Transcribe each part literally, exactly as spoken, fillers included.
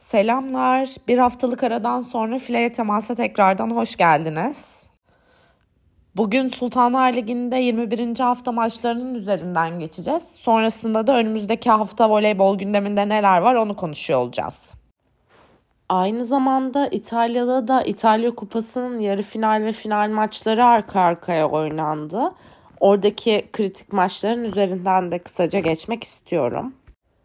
Selamlar. Bir haftalık aradan sonra Fileye Temas'a tekrardan hoş geldiniz. Bugün Sultanlar Ligi'nde yirmi birinci hafta maçlarının üzerinden geçeceğiz. Sonrasında da önümüzdeki hafta voleybol gündeminde neler var onu konuşuyor olacağız. Aynı zamanda İtalya'da da İtalya Kupası'nın yarı final ve final maçları arka arkaya oynandı. Oradaki kritik maçların üzerinden de kısaca geçmek istiyorum.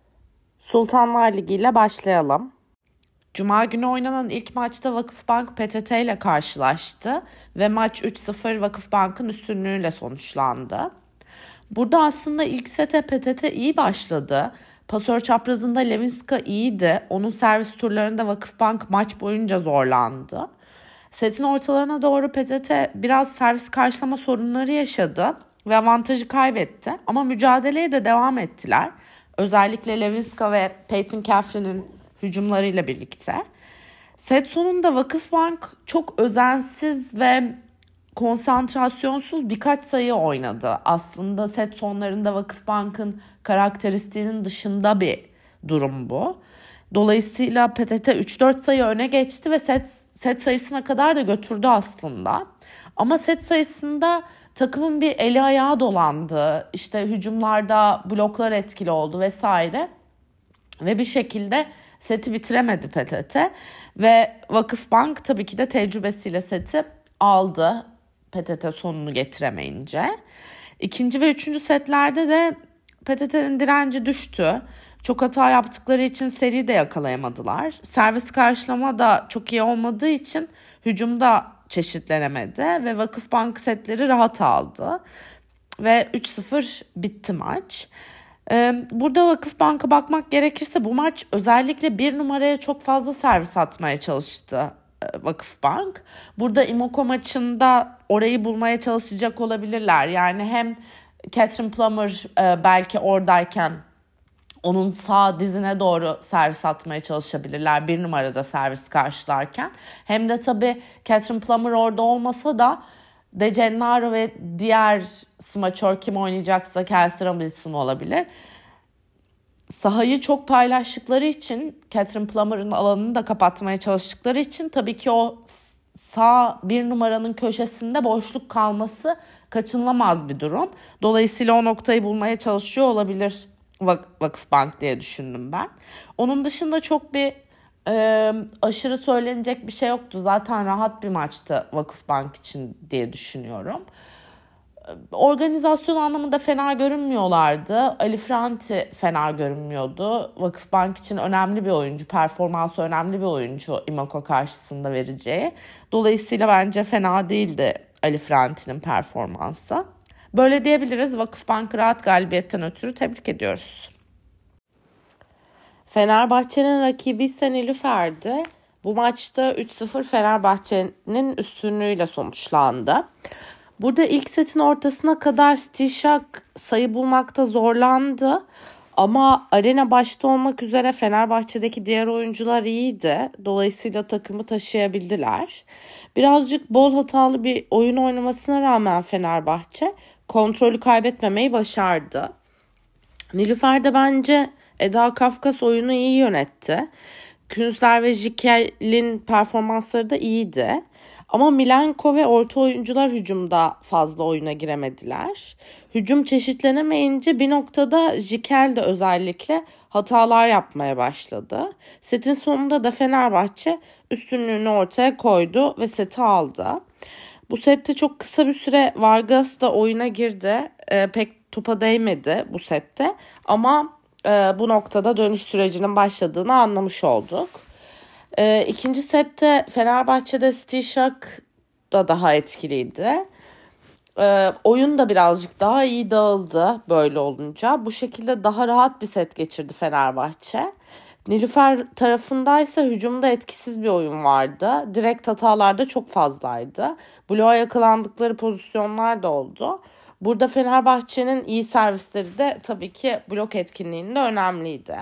Sultanlar Ligi ile başlayalım. Cuma günü oynanan ilk maçta Vakıfbank P T T ile karşılaştı ve maç üç sıfır Vakıfbank'ın üstünlüğüyle sonuçlandı. Burada aslında ilk sete P T T iyi başladı. Pasör çaprazında Levinska iyiydi. Onun servis turlarında Vakıfbank maç boyunca zorlandı. Setin ortalarına doğru P T T biraz servis karşılama sorunları yaşadı ve avantajı kaybetti. Ama mücadeleye de devam ettiler. Özellikle Levinska ve Peyton Caffrey'nin hücumlarıyla birlikte. Set sonunda Vakıfbank çok özensiz ve konsantrasyonsuz birkaç sayı oynadı. Aslında set sonlarında Vakıfbank'ın karakteristiğinin dışında bir durum bu. Dolayısıyla P T T üç dört sayı öne geçti ve set, set sayısına kadar da götürdü aslında. Ama set sayısında takımın bir eli ayağı dolandı. İşte hücumlarda bloklar etkili oldu vesaire. Ve bir şekilde seti bitiremedi P T T. Ve Vakıfbank tabii ki de tecrübesiyle seti aldı P T T sonunu getiremeyince. İkinci ve üçüncü setlerde de P T T'nin direnci düştü. Çok hata yaptıkları için seri de yakalayamadılar. Servis karşılama da çok iyi olmadığı için hücumda çeşitlenemedi ve Vakıfbank setleri rahat aldı. Ve üç sıfır bitti maç. Burada Vakıfbank'a bakmak gerekirse bu maç özellikle bir numaraya çok fazla servis atmaya çalıştı Vakıfbank. Burada Imoko maçında orayı bulmaya çalışacak olabilirler. Yani hem Catherine Plummer belki oradayken onun sağ dizine doğru servis atmaya çalışabilirler bir numarada servis karşılarken. Hem de tabii Catherine Plummer orada olmasa da De Gennaro ve diğer smaçör kim oynayacaksa Kelsey Robinson olabilir. Sahayı çok paylaştıkları için, Catherine Plummer'ın alanını da kapatmaya çalıştıkları için tabii ki o sağ bir numaranın köşesinde boşluk kalması kaçınılamaz bir durum. Dolayısıyla o noktayı bulmaya çalışıyor olabilir Vakıfbank diye düşündüm ben. Onun dışında çok bir e, aşırı söylenecek bir şey yoktu. Zaten rahat bir maçtı Vakıfbank için diye düşünüyorum. Organizasyon anlamında fena görünmüyorlardı. Ali Franti fena görünmüyordu. Vakıfbank için önemli bir oyuncu, performansı önemli bir oyuncu Imoko karşısında vereceği. Dolayısıyla bence fena değildi Ali Franti'nin performansı. Böyle diyebiliriz. Vakıfbank rahat galibiyetten ötürü tebrik ediyoruz. Fenerbahçe'nin rakibi ise Nilüfer'di. Bu maçta üç sıfır Fenerbahçe'nin üstünlüğüyle sonuçlandı. Burada ilk setin ortasına kadar Stişak sayı bulmakta zorlandı. Ama Arena başta olmak üzere Fenerbahçe'deki diğer oyuncular iyiydi. Dolayısıyla takımı taşıyabildiler. Birazcık bol hatalı bir oyun oynamasına rağmen Fenerbahçe kontrolü kaybetmemeyi başardı. Nilüfer de bence Eda Kafkas oyunu iyi yönetti. Künzler ve Jikel'in performansları da iyiydi. Ama Milenko ve orta oyuncular hücumda fazla oyuna giremediler. Hücum çeşitlenemeyince bir noktada Jikel de özellikle hatalar yapmaya başladı. Setin sonunda da Fenerbahçe üstünlüğünü ortaya koydu ve seti aldı. Bu sette çok kısa bir süre Vargas da oyuna girdi. E, pek topa değmedi bu sette ama e, bu noktada dönüş sürecinin başladığını anlamış olduk. E, ikinci sette Fenerbahçe'de Stişak da daha etkiliydi. E, oyun da birazcık daha iyi dağıldı böyle olunca. Bu şekilde daha rahat bir set geçirdi Fenerbahçe. Nilüfer tarafındaysa hücumda etkisiz bir oyun vardı. Direkt hatalar da çok fazlaydı. Bloğa yakalandıkları pozisyonlar da oldu. Burada Fenerbahçe'nin iyi servisleri de tabii ki blok etkinliğinde önemliydi.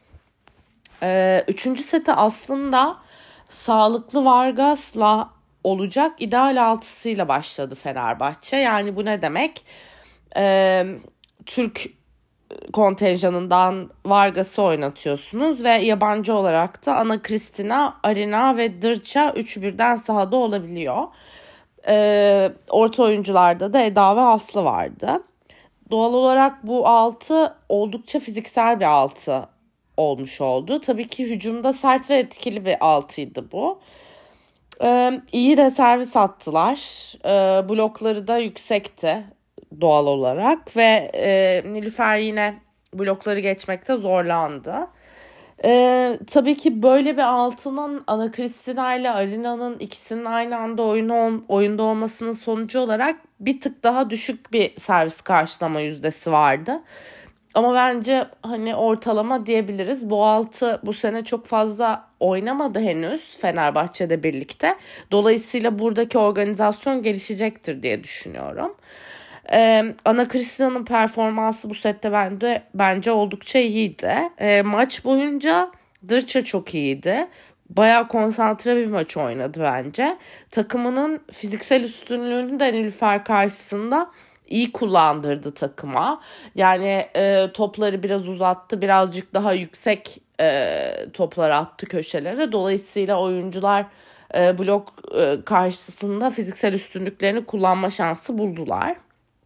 Ee, üçüncü sete aslında sağlıklı Vargas'la olacak ideal altısıyla başladı Fenerbahçe. Yani bu ne demek? Ee, Türk kontenjanından Vargas'ı oynatıyorsunuz ve yabancı olarak da Ana Cristina, Arina ve Dırça üçü birden sahada olabiliyor. Ee, orta oyuncularda da Eda ve Aslı vardı. Doğal olarak bu altı oldukça fiziksel bir altı olmuş oldu. Tabii ki hücumda sert ve etkili bir altıydı bu. Ee, iyi de servis attılar. Ee, blokları da yüksekti doğal olarak ve e, Nilüfer yine blokları geçmekte zorlandı. Ee, tabii ki böyle bir altının Ana Cristina ile Arina'nın ikisinin aynı anda oyunu, oyunda olmasının sonucu olarak bir tık daha düşük bir servis karşılama yüzdesi vardı. Ama bence hani ortalama diyebiliriz. Bu altı bu sene çok fazla oynamadı henüz Fenerbahçe'de birlikte. Dolayısıyla buradaki organizasyon gelişecektir diye düşünüyorum. Ee, Ana Cristina'nın performansı bu sette bence, bence oldukça iyiydi. Ee, maç boyunca Dırça çok iyiydi. Bayağı konsantre bir maç oynadı bence. Takımının fiziksel üstünlüğünü de Nilüfer karşısında iyi kullandırdı takıma. Yani e, topları biraz uzattı, birazcık daha yüksek e, toplar attı köşelere. Dolayısıyla oyuncular e, blok e, karşısında fiziksel üstünlüklerini kullanma şansı buldular.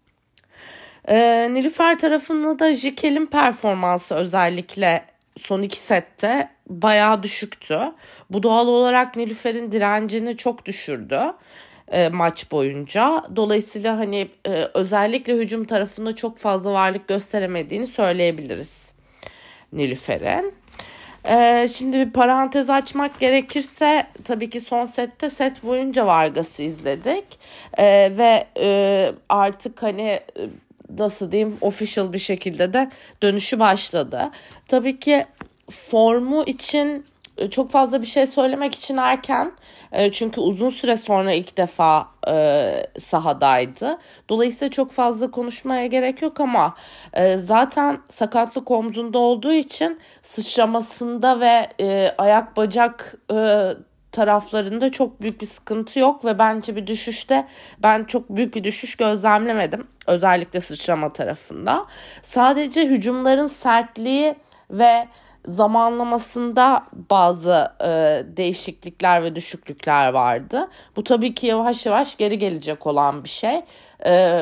E, Nilüfer tarafında da Jikel'in performansı özellikle son iki sette bayağı düşüktü. Bu doğal olarak Nilüfer'in direncini çok düşürdü e, maç boyunca. Dolayısıyla hani e, özellikle hücum tarafında çok fazla varlık gösteremediğini söyleyebiliriz Nilüfer'in. Ee, şimdi bir parantez açmak gerekirse tabii ki son sette set boyunca Vargas'ı izledik ee, ve e, artık hani e, nasıl diyeyim official bir şekilde de dönüşü başladı. Tabii ki formu için çok fazla bir şey söylemek için erken. E, çünkü uzun süre sonra ilk defa e, sahadaydı. Dolayısıyla çok fazla konuşmaya gerek yok ama e, zaten sakatlık omzunda olduğu için sıçramasında ve e, ayak bacak e, taraflarında çok büyük bir sıkıntı yok ve bence bir düşüşte ben çok büyük bir düşüş gözlemlemedim. Özellikle sıçrama tarafında. Sadece hücumların sertliği ve zamanlamasında bazı e, değişiklikler ve düşüklükler vardı. Bu tabii ki yavaş yavaş geri gelecek olan bir şey. E,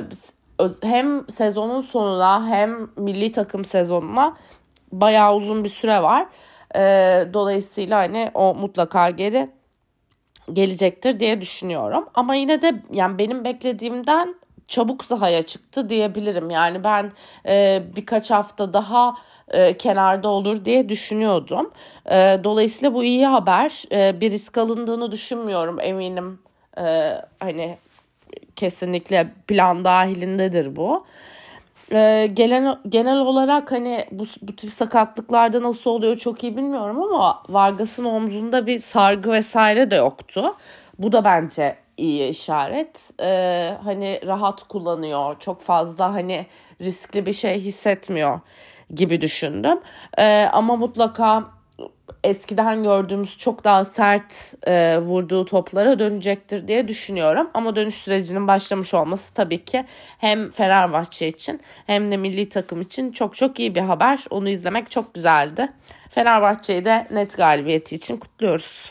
hem sezonun sonuna hem milli takım sezonuna bayağı uzun bir süre var. E, dolayısıyla hani o mutlaka geri gelecektir diye düşünüyorum. Ama yine de yani benim beklediğimden çabuk sahaya çıktı diyebilirim. Yani ben e, birkaç hafta daha e, kenarda olur diye düşünüyordum. E, dolayısıyla bu iyi haber. E, bir risk alındığını düşünmüyorum, eminim. E, hani kesinlikle plan dahilindedir bu. Ee, gelen, genel olarak hani bu, bu tip sakatlıklarda nasıl oluyor çok iyi bilmiyorum ama Vargas'ın omzunda bir sargı vesaire de yoktu. Bu da bence iyi işaret. Ee, hani rahat kullanıyor, çok fazla hani riskli bir şey hissetmiyor gibi düşündüm. Ee, ama mutlaka eskiden gördüğümüz çok daha sert e, vurduğu toplara dönecektir diye düşünüyorum. Ama dönüş sürecinin başlamış olması tabii ki hem Fenerbahçe için hem de milli takım için çok çok iyi bir haber. Onu izlemek çok güzeldi. Fenerbahçe'yi de net galibiyeti için kutluyoruz.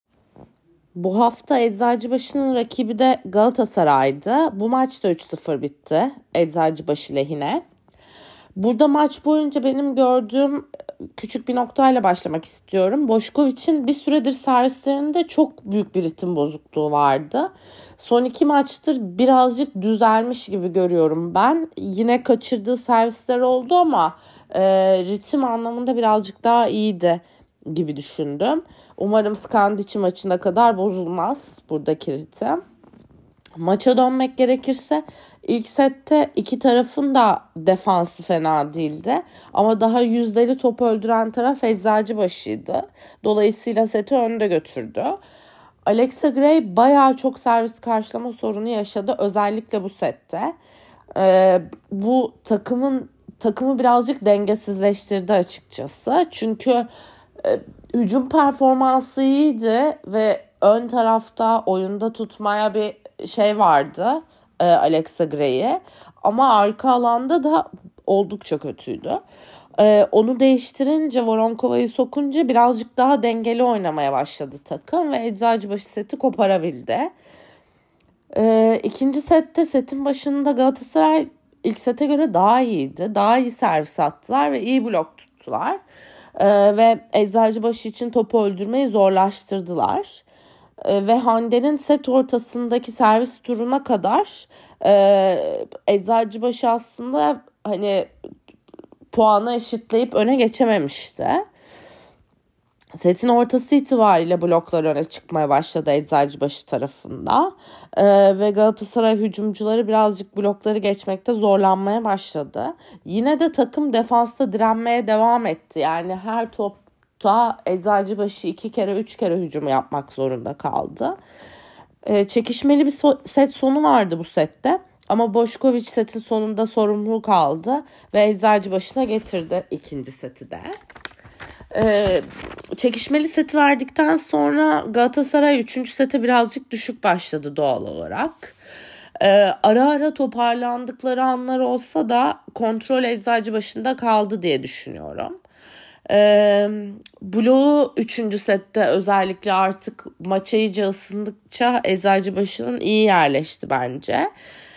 Bu hafta Eczacıbaşı'nın rakibi de Galatasaray'dı. Bu maç da üç sıfır bitti Eczacıbaşı lehine. Burada maç boyunca benim gördüğüm küçük bir noktayla başlamak istiyorum. Boşkoviç'in bir süredir servislerinde çok büyük bir ritim bozukluğu vardı. Son iki maçtır birazcık düzelmiş gibi görüyorum ben. Yine kaçırdığı servisler oldu ama e, ritim anlamında birazcık daha iyiydi gibi düşündüm. Umarım Skandici maçına kadar bozulmaz buradaki ritim. Maça dönmek gerekirse ilk sette iki tarafın da defansı fena değildi. Ama daha yüzdeli top öldüren taraf Eczacıbaşı'ydı. Dolayısıyla seti önde götürdü. Alexa Gray bayağı çok servis karşılama sorunu yaşadı. Özellikle bu sette. Ee, bu takımın takımı birazcık dengesizleştirdi açıkçası. Çünkü e, hücum performansı iyiydi ve ön tarafta oyunda tutmaya bir şey vardı e, Alexa Gray'e. Ama arka alanda da oldukça kötüydü. Ee, onu değiştirince, Voronkova'yı sokunca birazcık daha dengeli oynamaya başladı takım ve Eczacıbaşı seti koparabildi. Ee, ikinci sette setin başında Galatasaray ilk sete göre daha iyiydi. Daha iyi servis attılar ve iyi blok tuttular. Ee, ve Eczacıbaşı için topu öldürmeyi zorlaştırdılar. Ee, ve Hande'nin set ortasındaki servis turuna kadar e, Eczacıbaşı aslında hani puanı eşitleyip öne geçememişti. Setin ortası itibariyle bloklar öne çıkmaya başladı Eczacıbaşı tarafında. Ee, ve Galatasaray hücumcuları birazcık blokları geçmekte zorlanmaya başladı. Yine de takım defansta direnmeye devam etti. Yani her topta Eczacıbaşı iki kere üç kere hücum yapmak zorunda kaldı. Ee, çekişmeli bir so- set sonu vardı bu sette. Ama Bošković setin sonunda sorumluluk aldı ve Eczacıbaşı'na getirdi ikinci seti de. Ee, çekişmeli seti verdikten sonra Galatasaray üçüncü sete birazcık düşük başladı doğal olarak. Ee, ara ara toparlandıkları anlar olsa da kontrol Eczacıbaşı'nda kaldı diye düşünüyorum. Ee, bloğu üçüncü sette özellikle artık maça iyice ısındıkça Eczacıbaşı'nın iyi yerleşti bence.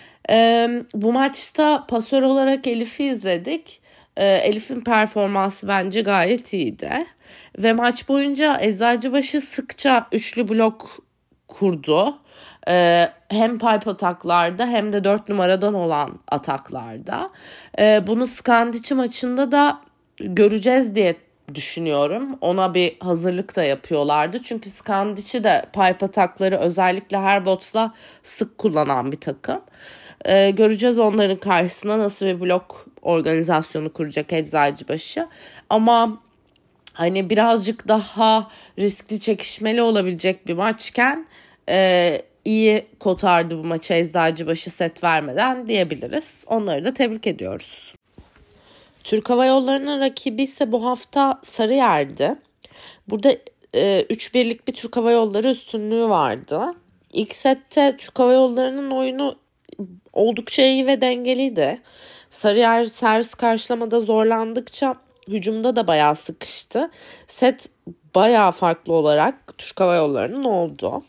Ee, bu maçta pasör olarak Elif'i izledik. Ee, Elif'in performansı bence gayet iyiydi. Ve maç boyunca Eczacıbaşı sıkça üçlü blok kurdu. Ee, hem pipe ataklarda hem de dört numaradan olan ataklarda. Ee, bunu Skandici maçında da göreceğiz diye düşünüyorum. Ona bir hazırlık da yapıyorlardı. Çünkü Skandici de pipe atakları özellikle Herbots'la sık kullanan bir takım. Ee, göreceğiz onların karşısına nasıl bir blok organizasyonu kuracak Eczacıbaşı. Ama hani birazcık daha riskli, çekişmeli olabilecek bir maçken e, iyi kotardı bu maçı Eczacıbaşı set vermeden diyebiliriz. Onları da tebrik ediyoruz. Türk Hava Yolları'nın rakibi ise bu hafta Sarıyer'di. Burada e, üç birlik bir Türk Hava Yolları üstünlüğü vardı. İlk sette Türk Hava Yolları'nın oyunu oldukça iyi ve dengeliydi. Sarıyer servis karşılamada zorlandıkça hücumda da bayağı sıkıştı. Set bayağı farklı olarak Türk Hava Yolları'nın oldu.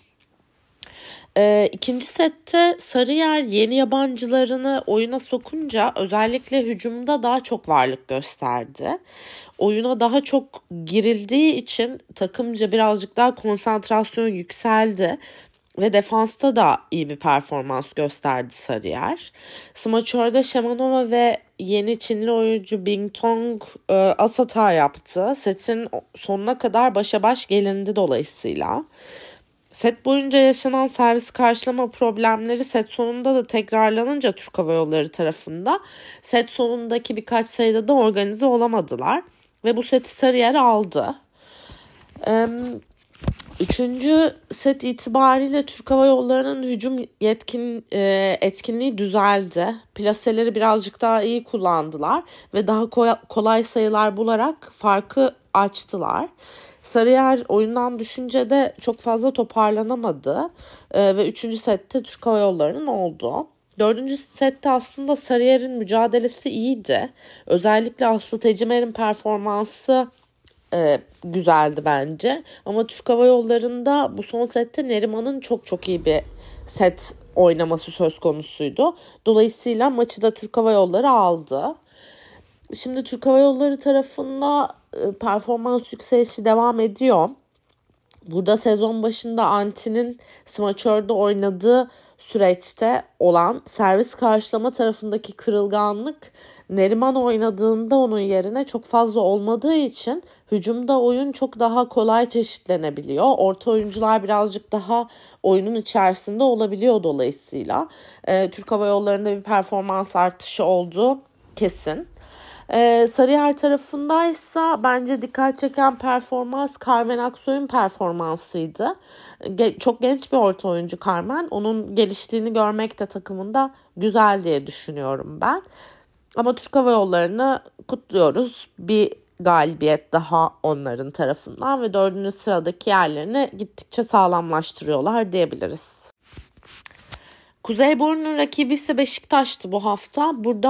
Ee, ikinci sette Sarıyer yeni yabancılarını oyuna sokunca özellikle hücumda daha çok varlık gösterdi. Oyuna daha çok girildiği için takımca birazcık daha konsantrasyon yükseldi. Ve defansta da iyi bir performans gösterdi Sarıyer. Smaçör'de Şemanova ve yeni Çinli oyuncu Bingtong e, as hata yaptı. Setin sonuna kadar başa baş gelindi dolayısıyla. Set boyunca yaşanan servis karşılama problemleri set sonunda da tekrarlanınca Türk Hava Yolları tarafında set sonundaki birkaç sayıda da organize olamadılar. Ve bu seti Sarıyer aldı. Evet. Üçüncü set itibariyle Türk Hava Yolları'nın hücum yetkin, e, etkinliği düzeldi. Plaseleri birazcık daha iyi kullandılar ve daha kolay sayılar bularak farkı açtılar. Sarıyer oyundan düşünce de çok fazla toparlanamadı e, ve üçüncü sette Türk Hava Yolları'nın oldu. Dördüncü sette aslında Sarıyer'in mücadelesi iyiydi. Özellikle Aslı Tecimer'in performansı e, güzeldi bence. Ama Türk Hava Yolları'nda bu son sette Neriman'ın çok çok iyi bir set oynaması söz konusuydu. Dolayısıyla maçı da Türk Hava Yolları aldı. Şimdi Türk Hava Yolları tarafında e, performans yükselişi devam ediyor. Burada sezon başında Anti'nin smaçörde oynadığı süreçte olan servis karşılama tarafındaki kırılganlık Neriman oynadığında onun yerine çok fazla olmadığı için hücumda oyun çok daha kolay çeşitlenebiliyor. Orta oyuncular birazcık daha oyunun içerisinde olabiliyor dolayısıyla. Ee, Türk Hava Yolları'nda bir performans artışı oldu kesin. Ee, Sarıyer tarafındaysa bence dikkat çeken performans Carmen Aksoy'un performansıydı. Ge- çok genç bir orta oyuncu Carmen. Onun geliştiğini görmek de takımında güzel diye düşünüyorum ben. Ama Türk Hava Yolları'nı kutluyoruz. Bir galibiyet daha onların tarafından ve dördüncü sıradaki yerlerini gittikçe sağlamlaştırıyorlar diyebiliriz. Kuzeyburnu'nun rakibi ise Beşiktaş'tı bu hafta. Burada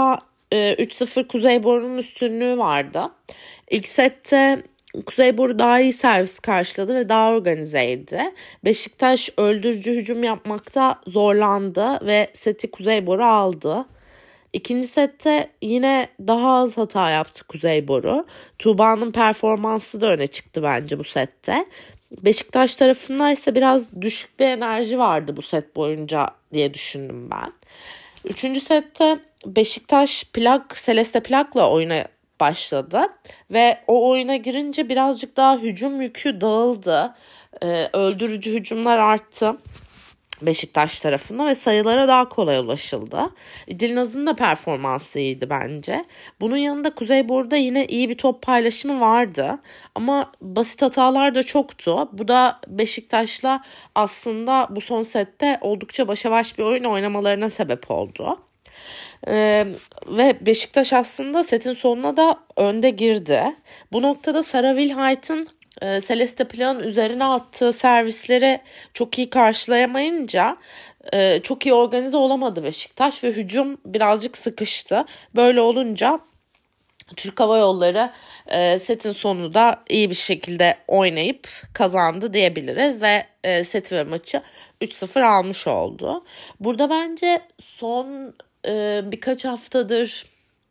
e, üç sıfır Kuzeyburnu'nun üstünlüğü vardı. İlk sette Kuzeyburnu daha iyi servis karşıladı ve daha organizeydi. Beşiktaş öldürücü hücum yapmakta zorlandı ve seti Kuzeyburnu aldı. İkinci sette yine daha az hata yaptı Kuzeyboru. Tuğba'nın performansı da öne çıktı bence bu sette. Beşiktaş tarafında ise biraz düşük bir enerji vardı bu set boyunca diye düşündüm ben. Üçüncü sette Beşiktaş plak, Celeste plakla oyuna başladı ve o oyuna girince birazcık daha hücum yükü dağıldı. Ee, öldürücü hücumlar arttı Beşiktaş tarafında ve sayılara daha kolay ulaşıldı. Dilnaz'ın da performansı iyiydi bence. Bunun yanında Kuzeyburnu'da yine iyi bir top paylaşımı vardı. Ama basit hatalar da çoktu. Bu da Beşiktaş'la aslında bu son sette oldukça başa baş bir oyun oynamalarına sebep oldu. Ee, ve Beşiktaş aslında setin sonuna da önde girdi. Bu noktada Sarah Wilhite'ın e, Celeste Plak'ın üzerine attığı servisleri çok iyi karşılayamayınca e, çok iyi organize olamadı Beşiktaş ve hücum birazcık sıkıştı. Böyle olunca Türk Hava Yolları e, setin sonunu da iyi bir şekilde oynayıp kazandı diyebiliriz ve e, seti ve maçı üç sıfır almış oldu. Burada bence son e, birkaç haftadır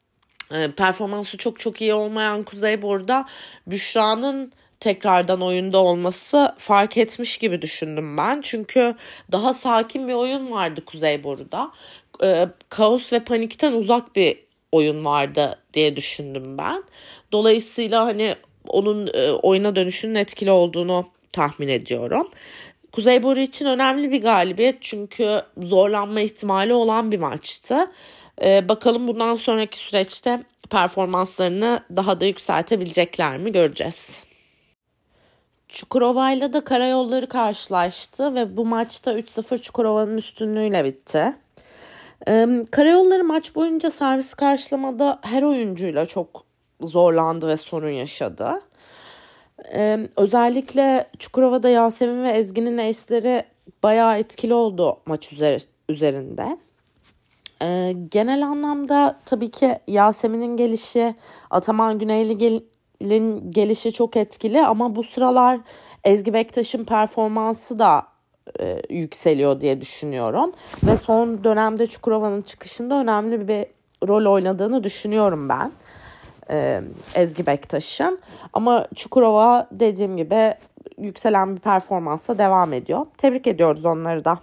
e, performansı çok çok iyi olmayan Kuzeyburnu'da Büşra'nın tekrardan oyunda olması fark etmiş gibi düşündüm ben. Çünkü daha sakin bir oyun vardı Kuzeyburnu'da. E, kaos ve panikten uzak bir oyun vardı diye düşündüm ben. Dolayısıyla hani onun e, oyuna dönüşünün etkili olduğunu tahmin ediyorum. Kuzeyburnu için önemli bir galibiyet çünkü zorlanma ihtimali olan bir maçtı. E, bakalım bundan sonraki süreçte performanslarını daha da yükseltebilecekler mi göreceğiz. Çukurova'yla da Karayolları karşılaştı ve bu maçta üç sıfır Çukurova'nın üstünlüğüyle bitti. Ee, Karayolları maç boyunca servis karşılamada her oyuncuyla çok zorlandı ve sorun yaşadı. Ee, özellikle Çukurova'da Yasemin ve Ezgi'nin ace'leri bayağı etkili oldu maç üzeri, üzerinde. Ee, genel anlamda tabii ki Yasemin'in gelişi, Ataman Güneyli'nin gelişi çok etkili ama bu sıralar Ezgi Bektaş'ın performansı da e, yükseliyor diye düşünüyorum. Ve son dönemde Çukurova'nın çıkışında önemli bir rol oynadığını düşünüyorum ben e, Ezgi Bektaş'ın. Ama Çukurova dediğim gibi yükselen bir performansla devam ediyor. Tebrik ediyoruz onları da.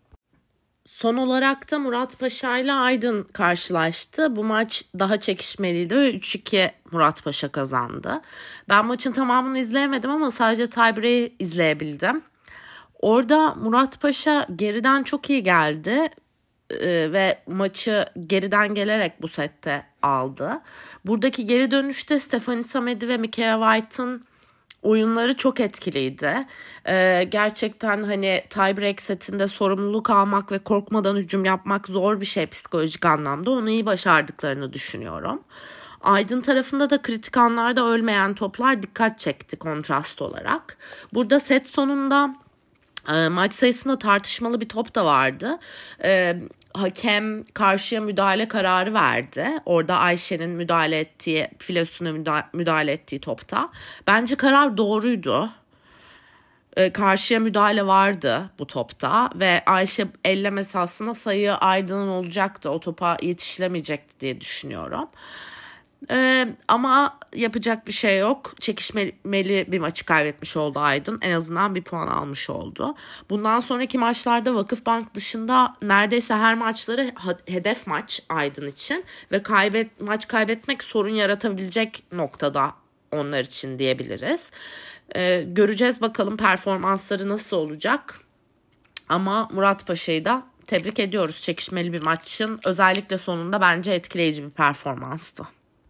Son olarak da Murat Paşa ile Aydın karşılaştı. Bu maç daha çekişmeliydi ve üç iki Murat Paşa kazandı. Ben maçın tamamını izleyemedim ama sadece tiebreak'i izleyebildim. Orada Murat Paşa geriden çok iyi geldi ee, ve maçı geriden gelerek bu sette aldı. Buradaki geri dönüşte Stephanie Samedi ve Michaela White'ın oyunları çok etkiliydi. Ee, gerçekten hani tiebreak setinde sorumluluk almak ve korkmadan hücum yapmak zor bir şey psikolojik anlamda. Onu iyi başardıklarını düşünüyorum. Aydın tarafında da kritik anlarda ölmeyen toplar dikkat çekti kontrast olarak. Burada set sonunda e, maç sayısında tartışmalı bir top da vardı. E, hakem karşıya müdahale kararı verdi. Orada Ayşe'nin müdahale ettiği, filosuna müdahale, müdahale ettiği topta. Bence karar doğruydu. E, karşıya müdahale vardı bu topta ve Ayşe ellemesi aslında sayı Aydın'ın olacaktı. O topa yetişilemeyecekti diye düşünüyorum. Ee, ama yapacak bir şey yok. Çekişmeli bir maçı kaybetmiş oldu Aydın. En azından bir puan almış oldu. Bundan sonraki maçlarda Vakıfbank dışında neredeyse her maçları hedef maç Aydın için. Ve kaybet maç kaybetmek sorun yaratabilecek noktada onlar için diyebiliriz. Ee, göreceğiz bakalım performansları nasıl olacak. Ama Murat Paşa'yı da tebrik ediyoruz. Çekişmeli bir maçın özellikle sonunda bence etkileyici bir performanstı.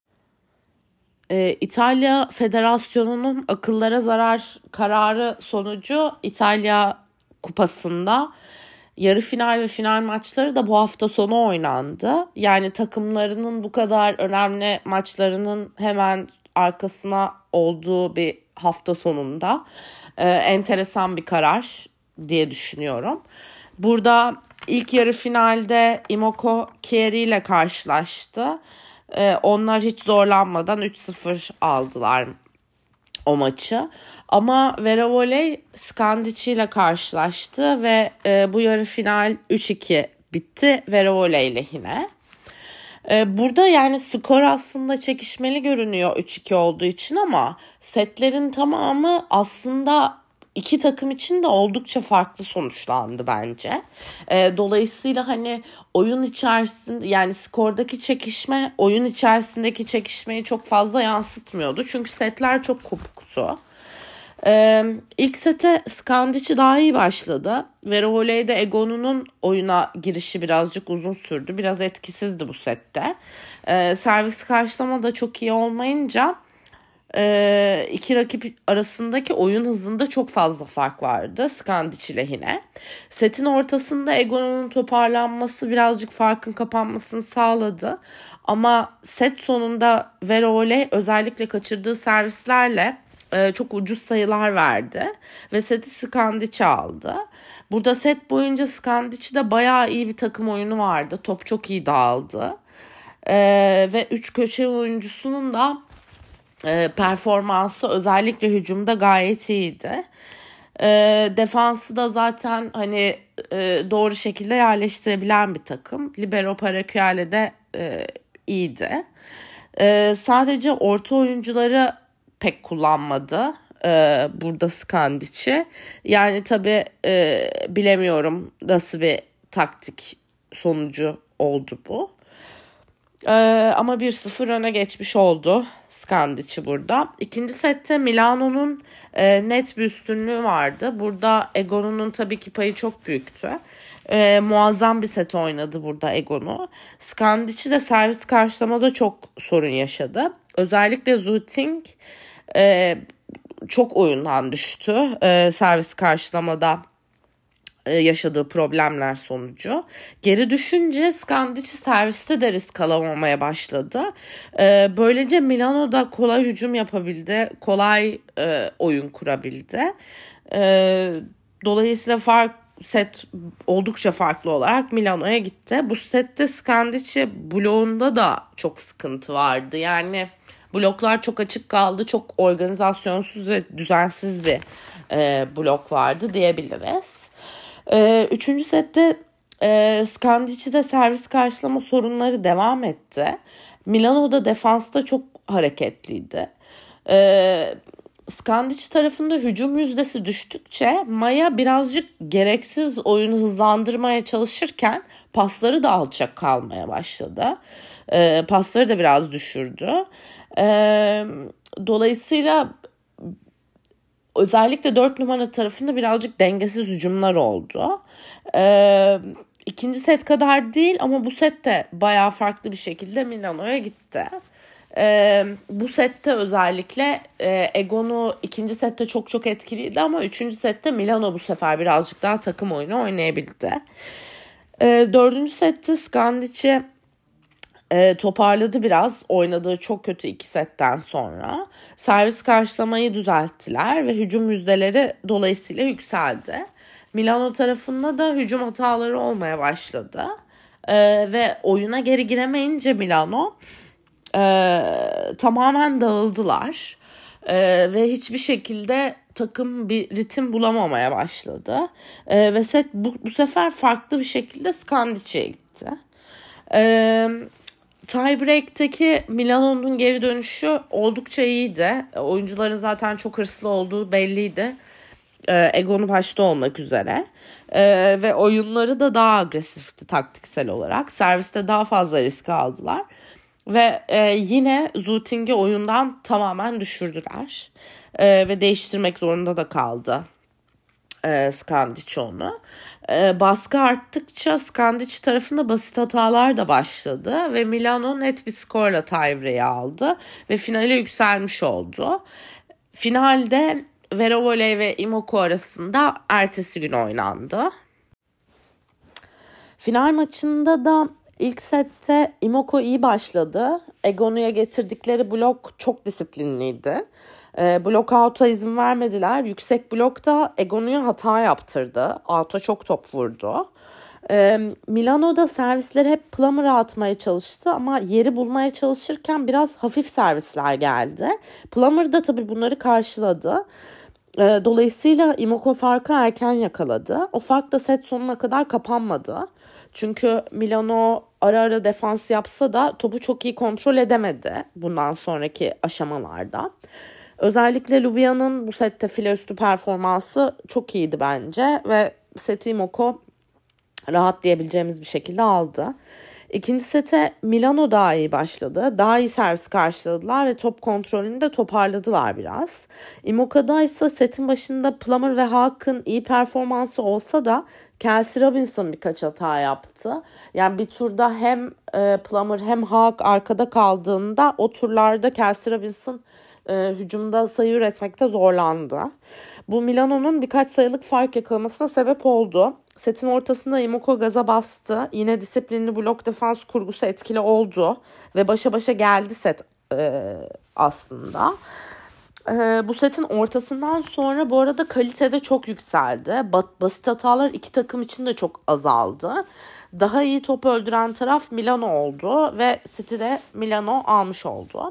Ee, İtalya Federasyonu'nun akıllara zarar kararı sonucu İtalya Kupası'nda yarı final ve final maçları da bu hafta sonu oynandı. Yani takımlarının bu kadar önemli maçlarının hemen arkasına olduğu bir hafta sonunda e, enteresan bir karar diye düşünüyorum. Burada ilk yarı finalde Imoko Chieri ile karşılaştı. Ee, onlar hiç zorlanmadan üç sıfır aldılar o maçı. Ama Vera Volley Skandici ile karşılaştı ve e, bu yarı final üç iki bitti Vera Volley lehine. E, burada yani skor aslında çekişmeli görünüyor üç iki olduğu için ama setlerin tamamı aslında iki takım için de oldukça farklı sonuçlandı bence. E, dolayısıyla hani oyun içerisinde yani skordaki çekişme oyun içerisindeki çekişmeyi çok fazla yansıtmıyordu. Çünkü setler çok kopuktu. Ee, ilk sete Skandici daha iyi başladı. Vera Volley'de Egonu'nun oyuna girişi birazcık uzun sürdü. Biraz etkisizdi bu sette. Ee, servis karşılama da çok iyi olmayınca e, iki rakip arasındaki oyun hızında çok fazla fark vardı Skandici lehine. Setin ortasında Egonu'nun toparlanması birazcık farkın kapanmasını sağladı. Ama set sonunda Vera Volley özellikle kaçırdığı servislerle çok ucuz sayılar verdi ve seti Skandici aldı. Burada set boyunca Skandici'de bayağı iyi bir takım oyunu vardı. Top çok iyi dağıldı. Ee, ve üç köşe oyuncusunun da e, performansı özellikle hücumda gayet iyiydi. E, defansı da zaten hani e, doğru şekilde yerleştirebilen bir takım. Libero Paracuele de e, iyiydi. E, sadece orta oyuncuları pek kullanmadı ee, burada Skandici. Yani tabii e, bilemiyorum nasıl bir taktik sonucu oldu bu. Ee, ama bir sıfır öne geçmiş oldu Skandici burada. İkinci sette Milano'nun e, net bir üstünlüğü vardı. Burada Egonu'nun tabii ki payı çok büyüktü. Ee, muazzam bir set oynadı burada Egonu. Skandici de servis karşılamada çok sorun yaşadı. Özellikle Zütting Ee, çok oyundan düştü ee, servis karşılamada e, yaşadığı problemler sonucu. Geri düşünce Skandici serviste de risk alamamaya başladı. Ee, böylece Milano da kolay hücum yapabildi, kolay e, oyun kurabildi. Ee, dolayısıyla fark set oldukça farklı olarak Milano'ya gitti. Bu sette Skandici bloğunda da çok sıkıntı vardı. Yani bloklar çok açık kaldı. Çok organizasyonsuz ve düzensiz bir e, blok vardı diyebiliriz. E, üçüncü sette e, Skandici'de servis karşılama sorunları devam etti. Milano'da defansta çok hareketliydi. E, Skandici tarafında hücum yüzdesi düştükçe Maya birazcık gereksiz oyunu hızlandırmaya çalışırken pasları da alçak kalmaya başladı. E, pasları da biraz düşürdü. Ee, dolayısıyla özellikle dört numara tarafında birazcık dengesiz hücumlar oldu. Ee, ikinci set kadar değil ama bu set de bayağı farklı bir şekilde Milano'ya gitti. Ee, bu sette özellikle e, Egonu ikinci sette çok çok etkiliydi ama üçüncü sette Milano bu sefer birazcık daha takım oyunu oynayabildi. Ee, dördüncü sette Skandici E, toparladı biraz oynadığı çok kötü iki setten sonra. Servis karşılamayı düzelttiler ve hücum yüzdeleri dolayısıyla yükseldi. Milano tarafında da hücum hataları olmaya başladı. E, ve oyuna geri giremeyince Milano e, tamamen dağıldılar. E, ve hiçbir şekilde takım bir ritim bulamamaya başladı. E, ve set bu, bu sefer farklı bir şekilde Skandici'ye gitti. Eee Tiebreak'teki Milano'nun geri dönüşü oldukça iyiydi. Oyuncuların zaten çok hırslı olduğu belliydi. Ee, Egonu başta olmak üzere. Ee, ve oyunları da daha agresifti taktiksel olarak. Serviste daha fazla risk aldılar. Ve e, yine Züting'i oyundan tamamen düşürdüler. Ee, ve değiştirmek zorunda da kaldı e, Skandici onu. E, baskı arttıkça Skandici tarafında basit hatalar da başladı ve Milano net bir skorla tiebreak'i aldı ve finale yükselmiş oldu. Finalde Vera Volley ve Imoco arasında ertesi gün oynandı. Final maçında da ilk sette Imoco iyi başladı. Egonu'ya getirdikleri blok çok disiplinliydi. E, blok out'a izin vermediler. Yüksek blokta Egonu'ya hata yaptırdı. Out'a çok top vurdu. Ee, Milano'da servisleri hep Plummer'a atmaya çalıştı ama yeri bulmaya çalışırken biraz hafif servisler geldi. Plummer da tabii bunları karşıladı. Ee, dolayısıyla Imoko farkı erken yakaladı. O fark da set sonuna kadar kapanmadı. Çünkü Milano ara ara defans yapsa da topu çok iyi kontrol edemedi bundan sonraki aşamalarda. Özellikle Lubia'nın bu sette file üstü performansı çok iyiydi bence ve seti Imoko rahat diyebileceğimiz bir şekilde aldı. İkinci sete Milano daha iyi başladı. Daha iyi servis karşıladılar ve top kontrolünü de toparladılar biraz. Imoka'da ise setin başında Plummer ve Haak'ın iyi performansı olsa da Kelsey Robinson birkaç hata yaptı. Yani bir turda hem e, Plummer hem Haak arkada kaldığında o turlarda Kelsey Robinson e, hücumda sayı üretmekte zorlandı. Bu Milano'nun birkaç sayılık fark yakalamasına sebep oldu. Setin ortasında Imoko gaza bastı. Yine disiplinli blok defans kurgusu etkili oldu. Ve başa başa geldi set e, aslında. E, bu setin ortasından sonra bu arada kalitede çok yükseldi. Ba- basit hatalar iki takım için de çok azaldı. Daha iyi top öldüren taraf Milano oldu. Ve seti de Milano almış oldu.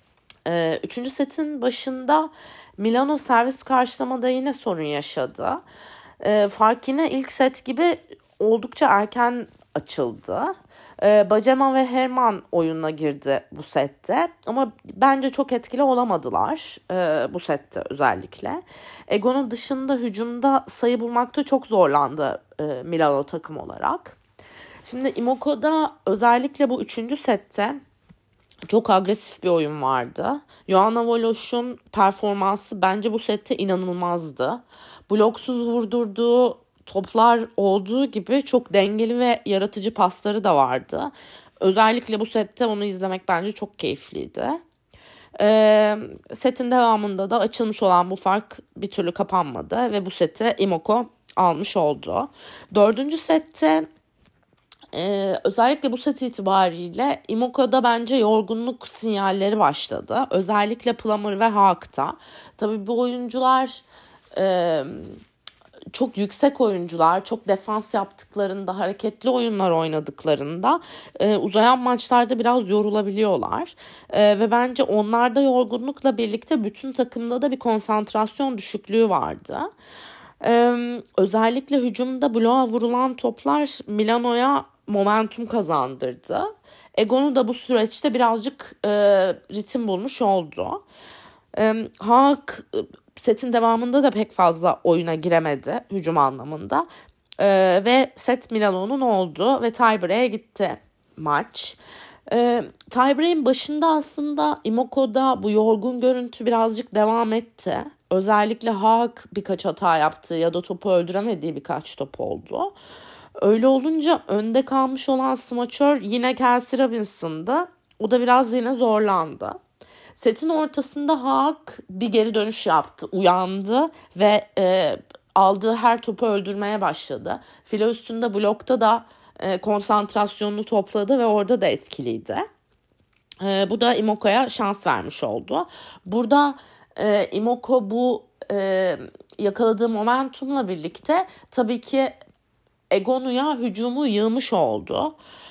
E, üçüncü setin başında Milano servis karşılamada yine sorun yaşadı. E, fark yine ilk set gibi oldukça erken açıldı. E, Bacema ve Herman oyuna girdi bu sette. Ama bence çok etkili olamadılar e, bu sette özellikle. Egon'un dışında hücumda sayı bulmakta çok zorlandı e, Milano takım olarak. Şimdi Imoko'da özellikle bu üçüncü sette çok agresif bir oyun vardı. Joanna Volosh'un performansı bence bu sette inanılmazdı. Bloksuz vurdurduğu toplar olduğu gibi çok dengeli ve yaratıcı pasları da vardı. Özellikle bu sette onu izlemek bence çok keyifliydi. Ee, setin devamında da açılmış olan bu fark bir türlü kapanmadı ve bu seti Imoko almış oldu. Dördüncü sette Ee, özellikle bu set itibariyle Imoko'da bence yorgunluk sinyalleri başladı. Özellikle Plummer ve Haak'ta. Tabii bu oyuncular e, çok yüksek oyuncular, çok defans yaptıklarında, hareketli oyunlar oynadıklarında e, uzayan maçlarda biraz yorulabiliyorlar. E, ve bence onlarda yorgunlukla birlikte bütün takımda da bir konsantrasyon düşüklüğü vardı. Ee, özellikle hücumda bloğa vurulan toplar Milano'ya momentum kazandırdı. Egon'u da bu süreçte birazcık e, ritim bulmuş oldu. E, Haak setin devamında da pek fazla oyuna giremedi hücum anlamında. E, ve set Milano'nun oldu ve tiebreak'e gitti maç. E, tiebreak'in başında aslında Imoko'da bu yorgun görüntü birazcık devam etti. Özellikle Haak birkaç hata yaptı ya da topu öldüremediği birkaç top oldu. Öyle olunca önde kalmış olan smaçör yine Kelsey Robinson'dı. O da biraz yine zorlandı. Setin ortasında Haak bir geri dönüş yaptı, uyandı ve e, aldığı her topu öldürmeye başladı. File üstünde blokta da e, konsantrasyonunu topladı ve orada da etkiliydi. E, bu da Imoko'ya şans vermiş oldu. Burada e, Imoko bu e, yakaladığı momentumla birlikte tabii ki Egonu'ya hücumu yığmış oldu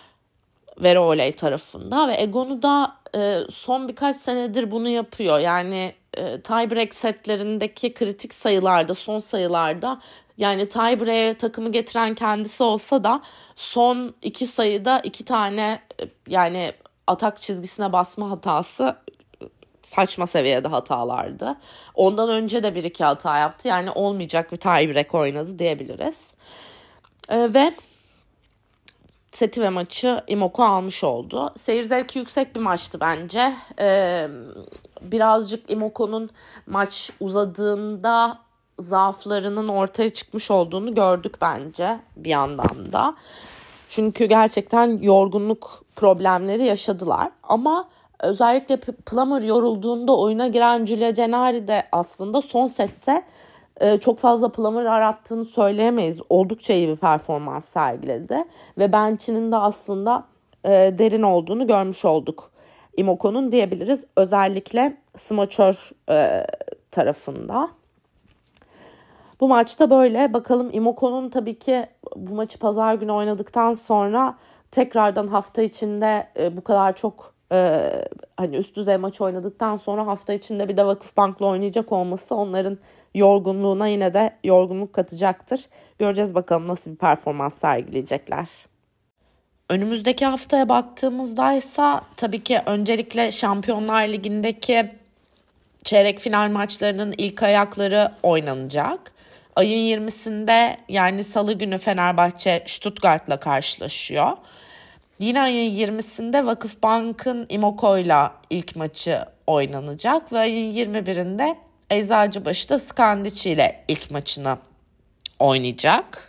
Veroley tarafında ve Egonu da e, son birkaç senedir bunu yapıyor. Yani e, tiebreak setlerindeki kritik sayılarda, son sayılarda yani tiebreak'e takımı getiren kendisi olsa da son iki sayıda iki tane e, yani atak çizgisine basma hatası saçma seviyede hatalardı. Ondan önce de bir iki hata yaptı. Yani olmayacak bir tiebreak oynadı diyebiliriz. E, ve seti ve maçı Imoko almış oldu. Seyir zevki yüksek bir maçtı bence. Ee, birazcık Imoko'nun maç uzadığında zaaflarının ortaya çıkmış olduğunu gördük bence bir yandan da. Çünkü gerçekten yorgunluk problemleri yaşadılar. Ama özellikle Plummer yorulduğunda oyuna giren Giulia Gennari de aslında son sette çok fazla Plummer arattığını söyleyemeyiz. Oldukça iyi bir performans sergiledi. Ve bench'inin de aslında e, derin olduğunu görmüş olduk. Imoko'nun diyebiliriz. Özellikle smaçör e, tarafında. Bu maçta böyle. Bakalım Imoco'nun tabii ki bu maçı pazar günü oynadıktan sonra tekrardan hafta içinde e, bu kadar çok e, hani üst düzey maç oynadıktan sonra hafta içinde bir de Vakıfbank'la oynayacak olması onların yorgunluğuna yine de yorgunluk katacaktır. Göreceğiz bakalım nasıl bir performans sergileyecekler. Önümüzdeki haftaya baktığımızda ise tabii ki öncelikle Şampiyonlar Ligi'ndeki çeyrek final maçlarının ilk ayakları oynanacak. Ayın yirmisinde yani Salı günü Fenerbahçe Stuttgart'la karşılaşıyor. Yine ayın yirmisinde Vakıfbank'ın Imoco'yla ilk maçı oynanacak ve ayın yirmi birinde Eczacıbaşı Skandiçi ile ilk maçını oynayacak.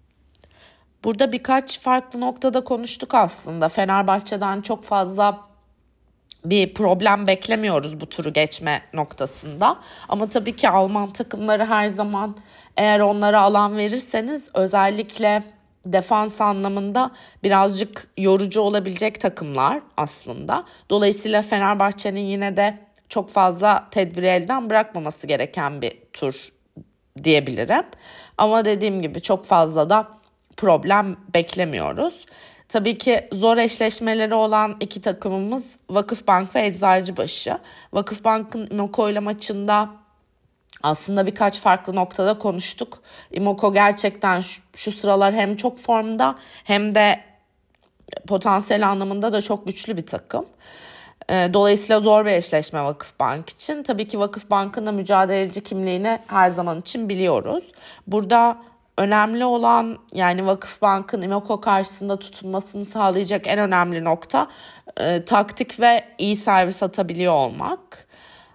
Burada birkaç farklı noktada konuştuk aslında. Fenerbahçe'den çok fazla bir problem beklemiyoruz bu turu geçme noktasında. Ama tabii ki Alman takımları her zaman eğer onlara alan verirseniz özellikle defans anlamında birazcık yorucu olabilecek takımlar aslında. Dolayısıyla Fenerbahçe'nin yine de çok fazla tedbiri elden bırakmaması gereken bir tur diyebilirim. Ama dediğim gibi çok fazla da problem beklemiyoruz. Tabii ki zor eşleşmeleri olan iki takımımız Vakıfbank ve Eczacıbaşı. Vakıfbank'ın Imoco ile maçında aslında birkaç farklı noktada konuştuk. Imoco gerçekten şu, şu sıralar hem çok formda hem de potansiyel anlamında da çok güçlü bir takım. Dolayısıyla zor bir eşleşme Vakıfbank için. Tabii ki Vakıfbank'ın da mücadeleci kimliğini her zaman için biliyoruz. Burada önemli olan yani Vakıfbank'ın Imoco karşısında tutunmasını sağlayacak en önemli nokta e, taktik ve iyi servis atabiliyor olmak.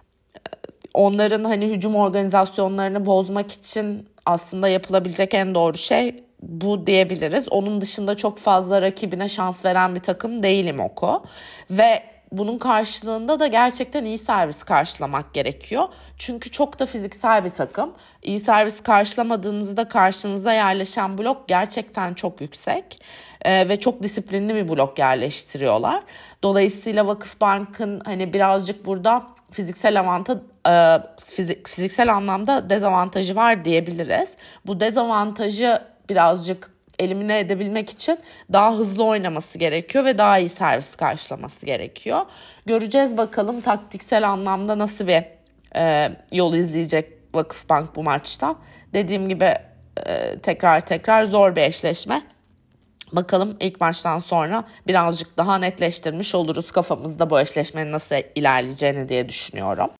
Onların hani hücum organizasyonlarını bozmak için aslında yapılabilecek en doğru şey bu diyebiliriz. Onun dışında çok fazla rakibine şans veren bir takım değil Imoco ve bunun karşılığında da gerçekten iyi servis karşılamak gerekiyor. Çünkü çok da fiziksel bir takım. İyi servis karşılamadığınızda karşınıza yerleşen blok gerçekten çok yüksek. Ee, ve çok disiplinli bir blok yerleştiriyorlar. Dolayısıyla Vakıfbank'ın hani birazcık burada fiziksel avantaj, e, fizik, fiziksel anlamda dezavantajı var diyebiliriz. Bu dezavantajı birazcık elimine edebilmek için daha hızlı oynaması gerekiyor ve daha iyi servis karşılaması gerekiyor. Göreceğiz bakalım taktiksel anlamda nasıl bir e, yol izleyecek Vakıfbank bu maçta. Dediğim gibi e, tekrar tekrar zor bir eşleşme. Bakalım ilk maçtan sonra birazcık daha netleştirmiş oluruz kafamızda bu eşleşmenin nasıl ilerleyeceğini diye düşünüyorum.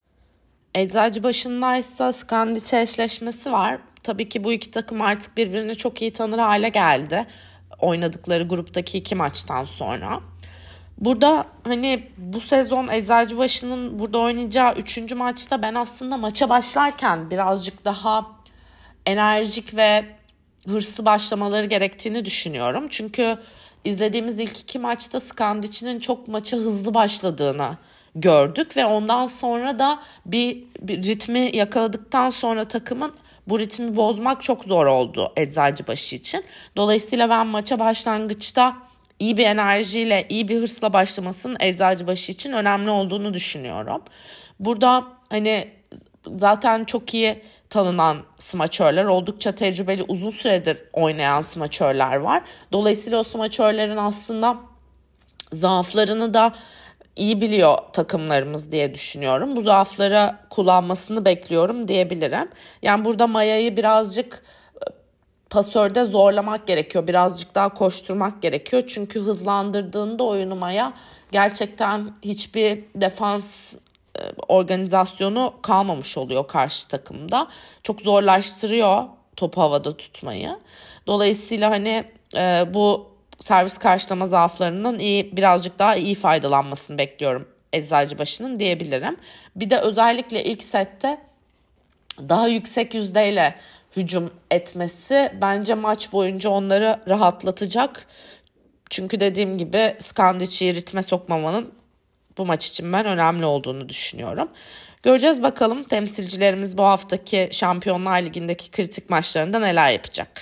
Eczacıbaşı'ndaysa Skandiçi eşleşmesi var. Tabii ki bu iki takım artık birbirini çok iyi tanır hale geldi. Oynadıkları gruptaki iki maçtan sonra. Burada hani bu sezon Eczacıbaşı'nın burada oynayacağı üçüncü maçta ben aslında maça başlarken birazcık daha enerjik ve hırslı başlamaları gerektiğini düşünüyorum. Çünkü izlediğimiz ilk iki maçta Skandiçi'nin çok maça hızlı başladığını gördük ve ondan sonra da bir, bir ritmi yakaladıktan sonra takımın bu ritmi bozmak çok zor oldu Eczacıbaşı için. Dolayısıyla ben maça başlangıçta iyi bir enerjiyle, iyi bir hırsla başlamasının Eczacıbaşı için önemli olduğunu düşünüyorum. Burada hani zaten çok iyi tanınan smaçörler, oldukça tecrübeli, uzun süredir oynayan smaçörler var. Dolayısıyla o smaçörlerin aslında zaaflarını da iyi biliyor takımlarımız diye düşünüyorum. Bu zaafları kullanmasını bekliyorum diyebilirim. Yani burada Maya'yı birazcık pasörde zorlamak gerekiyor. Birazcık daha koşturmak gerekiyor. Çünkü hızlandırdığında oyunu Maya gerçekten hiçbir defans organizasyonu kalmamış oluyor karşı takımda. Çok zorlaştırıyor topu havada tutmayı. Dolayısıyla hani e, bu servis karşılama zaaflarından iyi birazcık daha iyi faydalanmasını bekliyorum Eczacıbaşı'nın diyebilirim. Bir de özellikle ilk sette daha yüksek yüzdeyle hücum etmesi bence maç boyunca onları rahatlatacak. Çünkü dediğim gibi Skandiçi'yi ritme sokmamanın bu maç için ben önemli olduğunu düşünüyorum. Göreceğiz bakalım temsilcilerimiz bu haftaki Şampiyonlar Ligi'ndeki kritik maçlarında neler yapacak.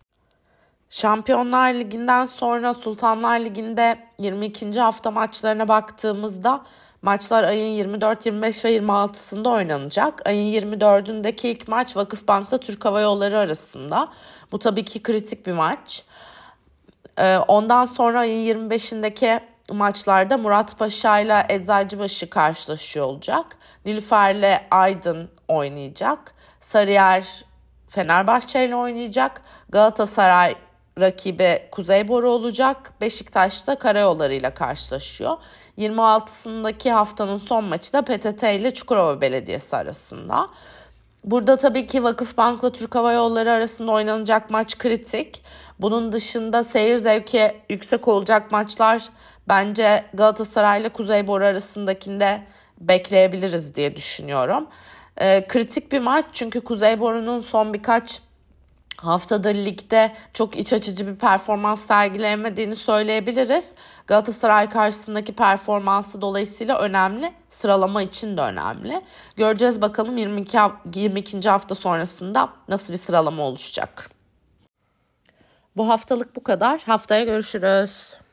Şampiyonlar Ligi'nden sonra Sultanlar Ligi'nde yirmi ikinci hafta maçlarına baktığımızda Maçlar ayın yirmi dört, yirmi beş ve yirmi altısında oynanacak. Ayın yirmi dördündeki ilk maç Vakıfbank'ta Türk Hava Yolları arasında. Bu tabii ki kritik bir maç. Ee, ondan sonra ayın yirmi beşindeki maçlarda Muratpaşa ile Eczacıbaşı karşılaşıyor olacak. Nilüfer'le Aydın oynayacak. Sarıyer Fenerbahçe ile oynayacak. Galatasaray rakibi Kuzeyboru olacak. Beşiktaş da Karayolları ile karşılaşıyor. yirmi altısındaki haftanın son maçı da P T T ile Çukurova Belediyesi arasında. Burada tabii ki Vakıfbank'la Türk Hava Yolları arasında oynanacak maç kritik. Bunun dışında seyir zevki yüksek olacak maçlar bence Galatasaray ile Kuzeyboru arasındakinde bekleyebiliriz diye düşünüyorum. Ee, kritik bir maç çünkü Kuzeyboru'nun son birkaç haftadır ligde çok iç açıcı bir performans sergileyemediğini söyleyebiliriz. Galatasaray karşısındaki performansı dolayısıyla önemli. Sıralama için de önemli. Göreceğiz bakalım yirmi iki, yirmi ikinci hafta sonrasında nasıl bir sıralama oluşacak. Bu haftalık bu kadar. Haftaya görüşürüz.